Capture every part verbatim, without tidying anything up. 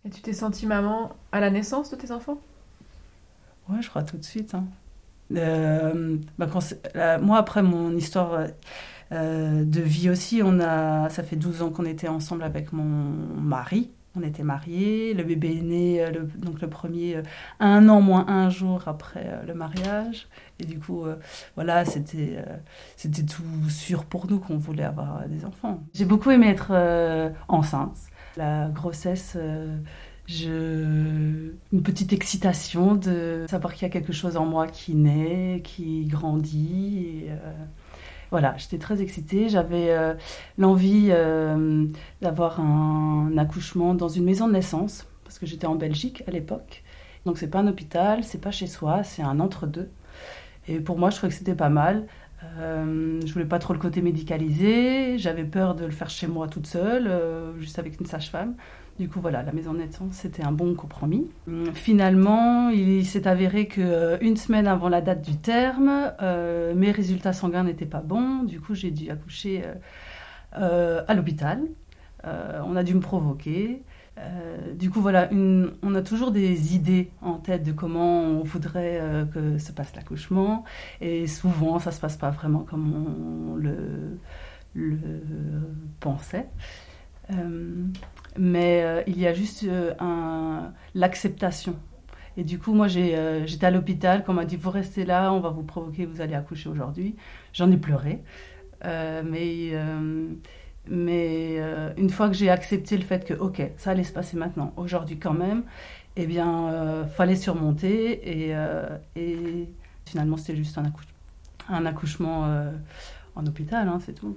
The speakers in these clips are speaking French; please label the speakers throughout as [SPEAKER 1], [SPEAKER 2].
[SPEAKER 1] Et tu t'es sentie maman à la naissance de tes enfants?
[SPEAKER 2] Ouais, je crois tout de suite. Hein. Euh, bah, quand euh, moi, après mon histoire euh, de vie aussi, on a, ça fait douze ans qu'on était ensemble avec mon mari. On était mariés. Le bébé est né, euh, le, donc le premier, euh, un an moins un jour après euh, le mariage. Et du coup, euh, voilà, c'était, euh, c'était tout sûr pour nous qu'on voulait avoir euh, des enfants. J'ai beaucoup aimé être euh, enceinte. La grossesse... Euh, Je... Une petite excitation de savoir qu'il y a quelque chose en moi qui naît, qui grandit. Et, euh, voilà, j'étais très excitée. J'avais euh, l'envie euh, d'avoir un accouchement dans une maison de naissance, parce que j'étais en Belgique à l'époque. Donc c'est pas un hôpital, c'est pas chez soi, c'est un entre-deux. Et pour moi, je trouvais que c'était pas mal. Euh, je voulais pas trop le côté médicalisé. J'avais peur de le faire chez moi toute seule, euh, juste avec une sage-femme. Du coup, voilà, la maison de naissance, c'était un bon compromis. Finalement, il s'est avéré qu'une semaine avant la date du terme, euh, mes résultats sanguins n'étaient pas bons. Du coup, j'ai dû accoucher euh, euh, à l'hôpital. Euh, on a dû me provoquer. Euh, du coup, voilà, une, on a toujours des idées en tête de comment on voudrait euh, que se passe l'accouchement. Et souvent, ça ne se passe pas vraiment comme on le, le pensait. Euh, mais euh, il y a juste euh, un, l'acceptation. Et du coup, moi, j'ai, euh, j'étais à l'hôpital, quand on m'a dit, vous restez là, on va vous provoquer, vous allez accoucher aujourd'hui. J'en ai pleuré. Euh, mais euh, mais euh, une fois que j'ai accepté le fait que, ok, ça allait se passer maintenant, aujourd'hui quand même, eh bien, euh, fallait surmonter. Et, euh, et finalement, c'était juste un, accouche- un accouchement euh, en hôpital, hein, c'est tout.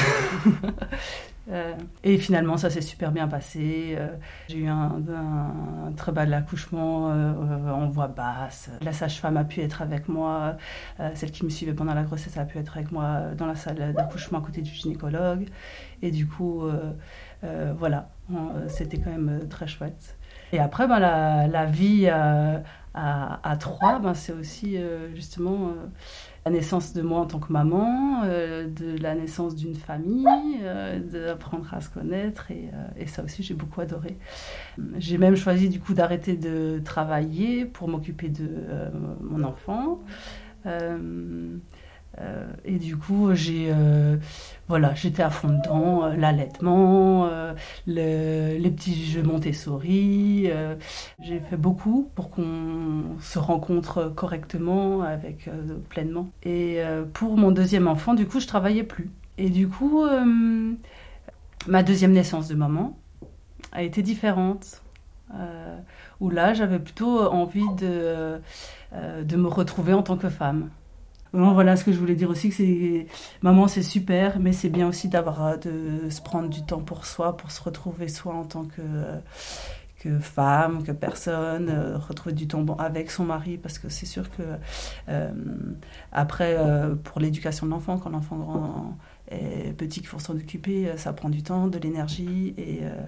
[SPEAKER 2] Euh, et finalement, ça s'est super bien passé. Euh, j'ai eu un, un, un très bel accouchement euh, en voix basse. La sage-femme a pu être avec moi. Euh, celle qui me suivait pendant la grossesse a pu être avec moi dans la salle d'accouchement à côté du gynécologue. Et du coup, euh, euh, voilà, on, c'était quand même très chouette. Et après, ben, la, la vie à, à, à trois, ben, c'est aussi euh, justement... Euh, la naissance de moi en tant que maman, euh, de la naissance d'une famille, euh, d'apprendre à se connaître et, euh, et ça aussi j'ai beaucoup adoré. J'ai même choisi du coup d'arrêter de travailler pour m'occuper de euh, mon enfant. Euh, euh, et du coup, j'ai, euh, voilà, j'étais à fond dedans, euh, l'allaitement, euh, le, les petits jeux Montessori. Euh, j'ai fait beaucoup pour qu'on se rencontre correctement, avec euh, pleinement. Et euh, pour mon deuxième enfant, du coup, je travaillais plus. Et du coup, euh, ma deuxième naissance de maman a été différente. Euh, où là, j'avais plutôt envie de, euh, de me retrouver en tant que femme. Non, voilà ce que je voulais dire aussi, que c'est maman c'est super, mais c'est bien aussi d'avoir de se prendre du temps pour soi, pour se retrouver soi en tant que que femme, que personne, euh, retrouver du temps bon, avec son mari, parce que c'est sûr que euh, après euh, pour l'éducation de l'enfant, quand l'enfant grand est petit, qu'il faut s'en occuper, ça prend du temps, de l'énergie et euh,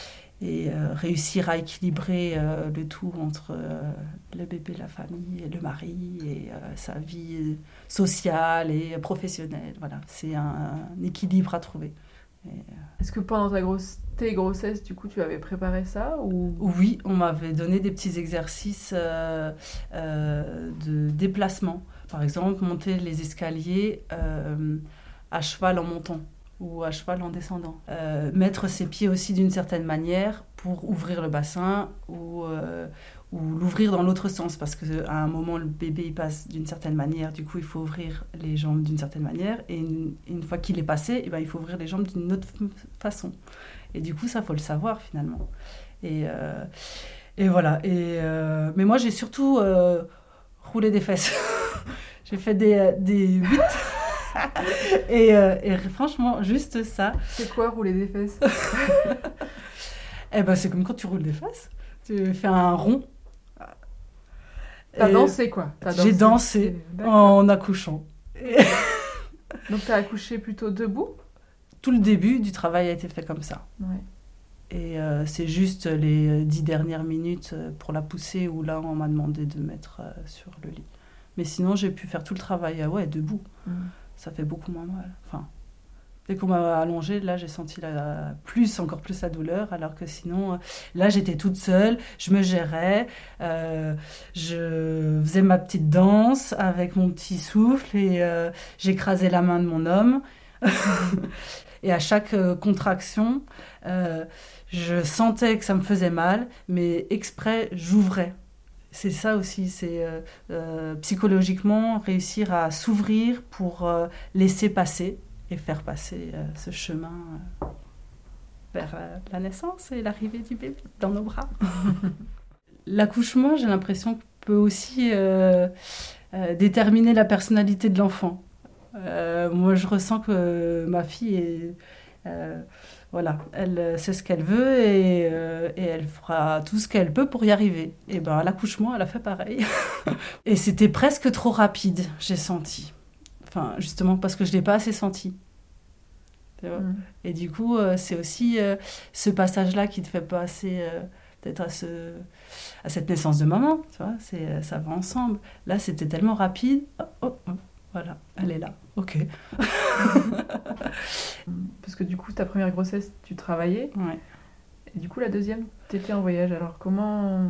[SPEAKER 2] et euh, réussir à équilibrer euh, le tout entre euh, le bébé, la famille, et le mari et euh, sa vie sociale et professionnelle. Voilà, c'est un, un équilibre à trouver. Et, euh...
[SPEAKER 1] Est-ce que pendant ta grosse... tes grossesses, du coup, tu avais préparé ça ou...
[SPEAKER 2] Oui, on m'avait donné des petits exercices euh, euh, de déplacement. Par exemple, monter les escaliers euh, à cheval en montant ou à cheval en descendant. Euh, mettre ses pieds aussi d'une certaine manière pour ouvrir le bassin ou, euh, ou l'ouvrir dans l'autre sens, parce qu'à un moment, le bébé il passe d'une certaine manière, du coup, il faut ouvrir les jambes d'une certaine manière, et une, une fois qu'il est passé, eh ben, il faut ouvrir les jambes d'une autre façon. Et du coup, ça, il faut le savoir, finalement. Et, euh, et voilà. Et, euh, mais moi, j'ai surtout euh, roulé des fesses. J'ai fait des, des huit. et, euh, et franchement, juste ça.
[SPEAKER 1] C'est quoi rouler des fesses?
[SPEAKER 2] Eh ben, c'est comme quand tu roules des fesses. Tu fais un rond.
[SPEAKER 1] T'as dansé quoi? T'as
[SPEAKER 2] J'ai dansé, dansé en accouchant. Et...
[SPEAKER 1] Donc t'as accouché plutôt debout?
[SPEAKER 2] Tout le début du travail a été fait comme ça.
[SPEAKER 1] Ouais.
[SPEAKER 2] Et euh, c'est juste les dix dernières minutes pour la pousser où là, on m'a demandé de mettre euh, sur le lit. Mais sinon, j'ai pu faire tout le travail, euh, ouais, debout. Mm. Ça fait beaucoup moins mal. Enfin, Dès qu'on m'a allongée, là, j'ai senti la, plus, encore plus la douleur, alors que sinon, là, j'étais toute seule, je me gérais, euh, je faisais ma petite danse avec mon petit souffle et euh, j'écrasais la main de mon homme. Et à chaque euh, contraction, euh, je sentais que ça me faisait mal, mais exprès, j'ouvrais. C'est ça aussi, c'est euh, euh, psychologiquement réussir à s'ouvrir pour euh, laisser passer et faire passer euh, ce chemin euh, vers euh, la naissance et l'arrivée du bébé dans nos bras. L'accouchement, j'ai l'impression, peut aussi euh, euh, déterminer la personnalité de l'enfant. Euh, moi, je ressens que ma fille est... Euh, voilà, elle sait ce qu'elle veut et, euh, et elle fera tout ce qu'elle peut pour y arriver. Et ben, à l'accouchement, elle a fait pareil. Et c'était presque trop rapide, j'ai senti. Enfin, justement, parce que je ne l'ai pas assez senti. Tu vois ? Mmh. Et du coup, euh, c'est aussi euh, ce passage-là qui te fait passer euh, peut-être à, ce, à cette naissance de maman. Tu vois ? C'est, ça va ensemble. Là, c'était tellement rapide. Oh, oh, oh. Voilà, elle est là. Ok.
[SPEAKER 1] Parce que du coup, ta première grossesse, tu travaillais.
[SPEAKER 2] Ouais.
[SPEAKER 1] Et du coup, la deuxième, tu étais en voyage. Alors, comment...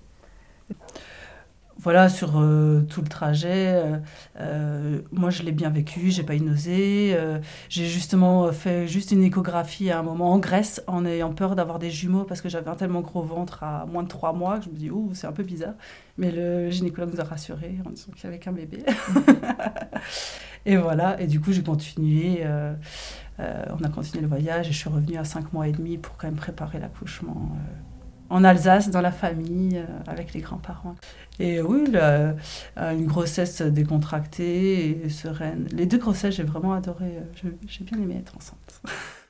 [SPEAKER 2] Voilà, sur euh, tout le trajet, euh, euh, moi je l'ai bien vécu, j'ai pas eu de nausée. Euh, j'ai justement fait juste une échographie à un moment en Grèce en ayant peur d'avoir des jumeaux parce que j'avais un tellement gros ventre à moins de trois mois que je me dis, ouh, c'est un peu bizarre. Mais le gynécologue nous a rassurés en disant qu'il y avait qu'un bébé. Et voilà, et du coup j'ai continué, euh, euh, on a continué le voyage et je suis revenue à cinq mois et demi pour quand même préparer l'accouchement. Euh, en Alsace, dans la famille, euh, avec les grands-parents. Et oui, la, une grossesse décontractée et sereine. Les deux grossesses, j'ai vraiment adoré. J'ai, j'ai bien aimé être enceinte.